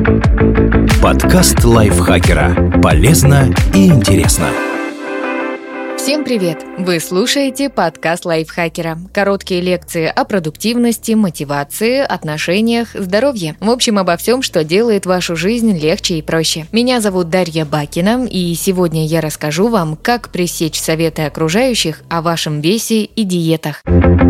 Подкаст лайфхакера. Полезно и интересно. Всем привет! Вы слушаете подкаст лайфхакера. Короткие лекции о продуктивности, мотивации, отношениях, здоровье. В общем, обо всем, что делает вашу жизнь легче и проще. Меня зовут Дарья Бакина, и сегодня я расскажу вам, как пресечь советы окружающих о вашем весе и диетах.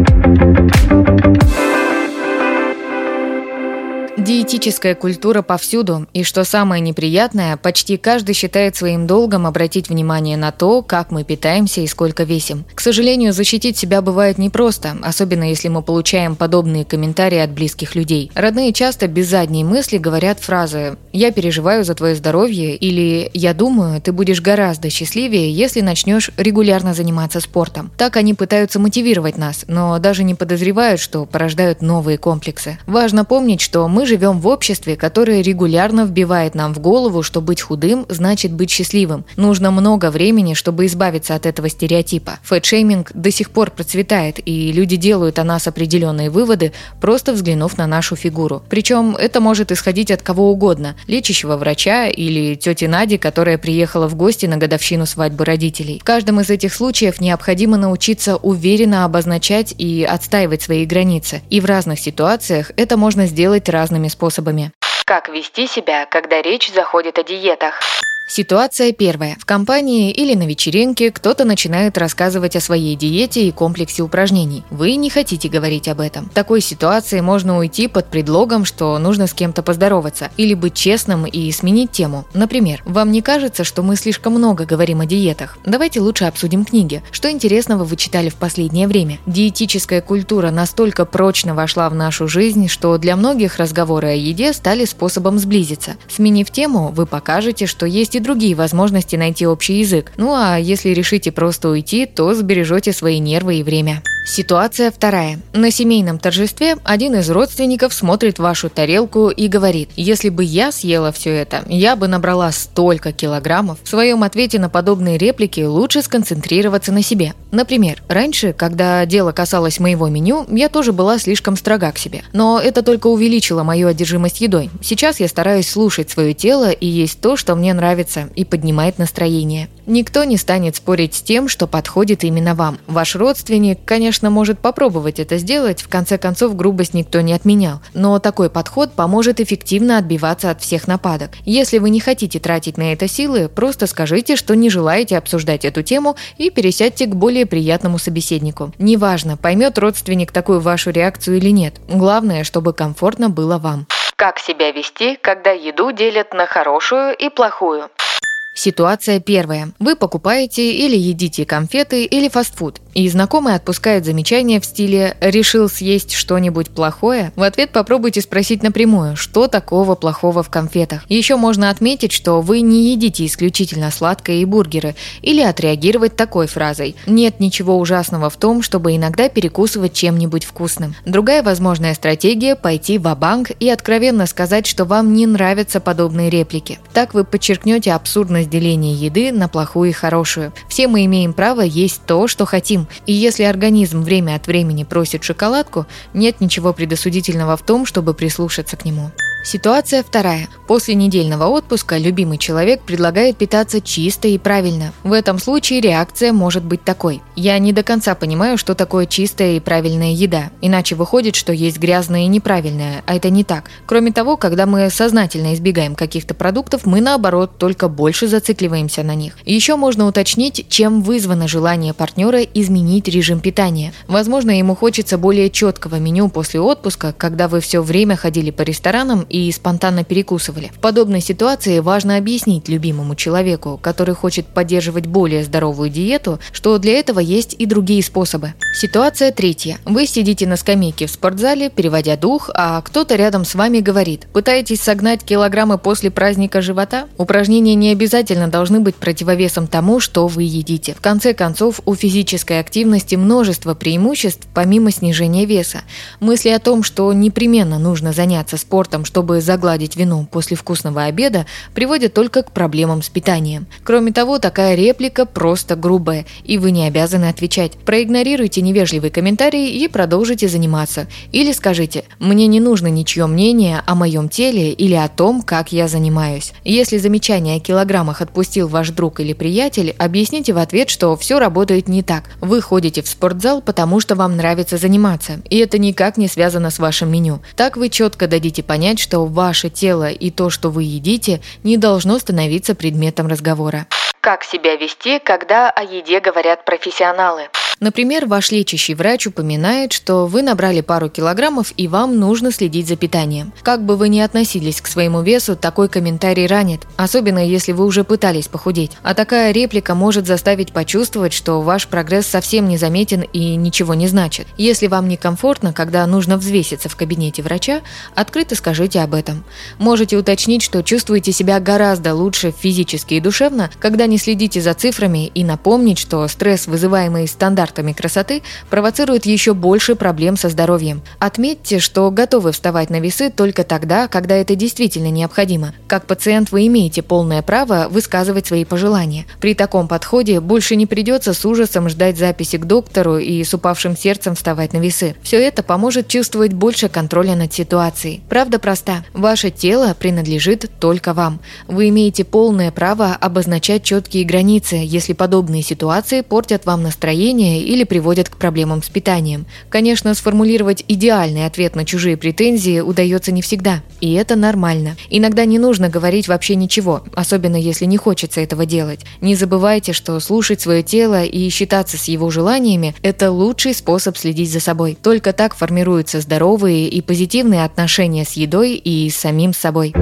Диетическая культура повсюду, и что самое неприятное, почти каждый считает своим долгом обратить внимание на то, как мы питаемся и сколько весим. К сожалению, защитить себя бывает непросто, особенно если мы получаем подобные комментарии от близких людей. Родные часто без задней мысли говорят фразы «я переживаю за твое здоровье» или «я думаю, ты будешь гораздо счастливее, если начнешь регулярно заниматься спортом». Так они пытаются мотивировать нас, но даже не подозревают, что порождают новые комплексы. Важно помнить, что мы живем в обществе, которое регулярно вбивает нам в голову, что быть худым значит быть счастливым. Нужно много времени, чтобы избавиться от этого стереотипа. Фэтшейминг до сих пор процветает, и люди делают о нас определенные выводы, просто взглянув на нашу фигуру. Причем это может исходить от кого угодно – лечащего врача или тети Нади, которая приехала в гости на годовщину свадьбы родителей. В каждом из этих случаев необходимо научиться уверенно обозначать и отстаивать свои границы. И в разных ситуациях это можно сделать разными способами. Как вести себя, когда речь заходит о диетах? Ситуация первая. В компании или на вечеринке кто-то начинает рассказывать о своей диете и комплексе упражнений. Вы не хотите говорить об этом. В такой ситуации можно уйти под предлогом, что нужно с кем-то поздороваться, или быть честным и сменить тему. Например, вам не кажется, что мы слишком много говорим о диетах? Давайте лучше обсудим книги. Что интересного вы читали в последнее время? Диетическая культура настолько прочно вошла в нашу жизнь, что для многих разговоры о еде стали способом сблизиться. Сменив тему, вы покажете, что есть и другие возможности найти общий язык. Ну а если решите просто уйти, то сбережете свои нервы и время. Ситуация вторая. На семейном торжестве один из родственников смотрит вашу тарелку и говорит: «Если бы я съела все это, я бы набрала столько килограммов». В своем ответе на подобные реплики лучше сконцентрироваться на себе. Например, раньше, когда дело касалось моего меню, я тоже была слишком строга к себе. Но это только увеличило мою одержимость едой. Сейчас я стараюсь слушать свое тело и есть то, что мне нравится и поднимает настроение. Никто не станет спорить с тем, что подходит именно вам. Ваш родственник, конечно, может попробовать это сделать, в конце концов грубость никто не отменял, но такой подход поможет эффективно отбиваться от всех нападок. Если вы не хотите тратить на это силы, просто скажите, что не желаете обсуждать эту тему и пересядьте к более приятному собеседнику. Неважно, поймет родственник такую вашу реакцию или нет. Главное, чтобы комфортно было вам. Как себя вести, когда еду делят на хорошую и плохую? Ситуация первая. Вы покупаете или едите конфеты или фастфуд, и знакомый отпускает замечание в стиле «решил съесть что-нибудь плохое?». В ответ попробуйте спросить напрямую, что такого плохого в конфетах. Еще можно отметить, что вы не едите исключительно сладкое и бургеры, или отреагировать такой фразой «нет ничего ужасного в том, чтобы иногда перекусывать чем-нибудь вкусным». Другая возможная стратегия – пойти ва-банк и откровенно сказать, что вам не нравятся подобные реплики. Так вы подчеркнете абсурдность деления еды на плохую и хорошую. Все мы имеем право есть то, что хотим. И если организм время от времени просит шоколадку, нет ничего предосудительного в том, чтобы прислушаться к нему. Ситуация вторая. После недельного отпуска любимый человек предлагает питаться чисто и правильно. В этом случае реакция может быть такой: «Я не до конца понимаю, что такое чистая и правильная еда. Иначе выходит, что есть грязное и неправильное, а это не так. Кроме того, когда мы сознательно избегаем каких-то продуктов, мы наоборот только больше зацикливаемся на них». Еще можно уточнить, чем вызвано желание партнера изменить режим питания. Возможно, ему хочется более четкого меню после отпуска, когда вы все время ходили по ресторанам и спонтанно перекусывали. В подобной ситуации важно объяснить любимому человеку, который хочет поддерживать более здоровую диету, что для этого есть и другие способы. Ситуация третья. Вы сидите на скамейке в спортзале, переводя дух, а кто-то рядом с вами говорит: «Пытаетесь согнать килограммы после праздника живота?» Упражнения не обязательно должны быть противовесом тому, что вы едите. В конце концов, у физической активности множество преимуществ помимо снижения веса. Мысли о том, что непременно нужно заняться спортом, чтобы чтобы загладить вину после вкусного обеда, приводят только к проблемам с питанием. Кроме того, такая реплика просто грубая, и вы не обязаны отвечать. Проигнорируйте невежливый комментарий и продолжите заниматься. Или скажите: «Мне не нужно ничье мнение о моем теле или о том, как я занимаюсь». Если замечание о килограммах отпустил ваш друг или приятель, объясните в ответ, что все работает не так. Вы ходите в спортзал, потому что вам нравится заниматься, и это никак не связано с вашим меню. Так вы четко дадите понять, что ваше тело и то, что вы едите, не должно становиться предметом разговора. Как себя вести, когда о еде говорят профессионалы? Например, ваш лечащий врач упоминает, что вы набрали пару килограммов и вам нужно следить за питанием. Как бы вы ни относились к своему весу, такой комментарий ранит, особенно если вы уже пытались похудеть. А такая реплика может заставить почувствовать, что ваш прогресс совсем не заметен и ничего не значит. Если вам некомфортно, когда нужно взвеситься в кабинете врача, открыто скажите об этом. Можете уточнить, что чувствуете себя гораздо лучше физически и душевно, когда не следите за цифрами, и напомнить, что стресс, вызываемый стандартами красоты, провоцирует еще больше проблем со здоровьем. Отметьте, что готовы вставать на весы только тогда, когда это действительно необходимо. Как пациент вы имеете полное право высказывать свои пожелания. При таком подходе больше не придется с ужасом ждать записи к доктору и с упавшим сердцем вставать на весы. Все это поможет чувствовать больше контроля над ситуацией. Правда проста. Ваше тело принадлежит только вам. Вы имеете полное право обозначать четкие границы, если подобные ситуации портят вам настроение или приводят к проблемам с питанием. Конечно, сформулировать идеальный ответ на чужие претензии удается не всегда, и это нормально. Иногда не нужно говорить вообще ничего, особенно если не хочется этого делать. Не забывайте, что слушать свое тело и считаться с его желаниями – это лучший способ следить за собой. Только так формируются здоровые и позитивные отношения с едой и с самим собой.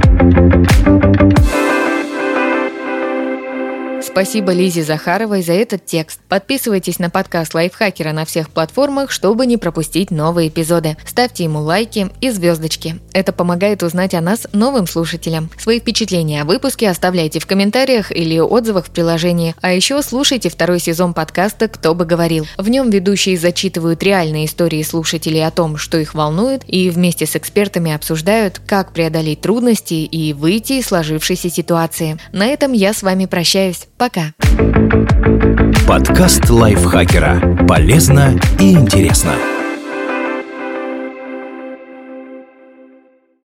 Спасибо Лизе Захаровой за этот текст. Подписывайтесь на подкаст Лайфхакера на всех платформах, чтобы не пропустить новые эпизоды. Ставьте ему лайки и звездочки. Это помогает узнать о нас новым слушателям. Свои впечатления о выпуске оставляйте в комментариях или отзывах в приложении. А еще слушайте второй сезон подкаста «Кто бы говорил». В нем ведущие зачитывают реальные истории слушателей о том, что их волнует, и вместе с экспертами обсуждают, как преодолеть трудности и выйти из сложившейся ситуации. На этом я с вами прощаюсь. Пока. Подкаст Лайфхакера. Полезно и интересно.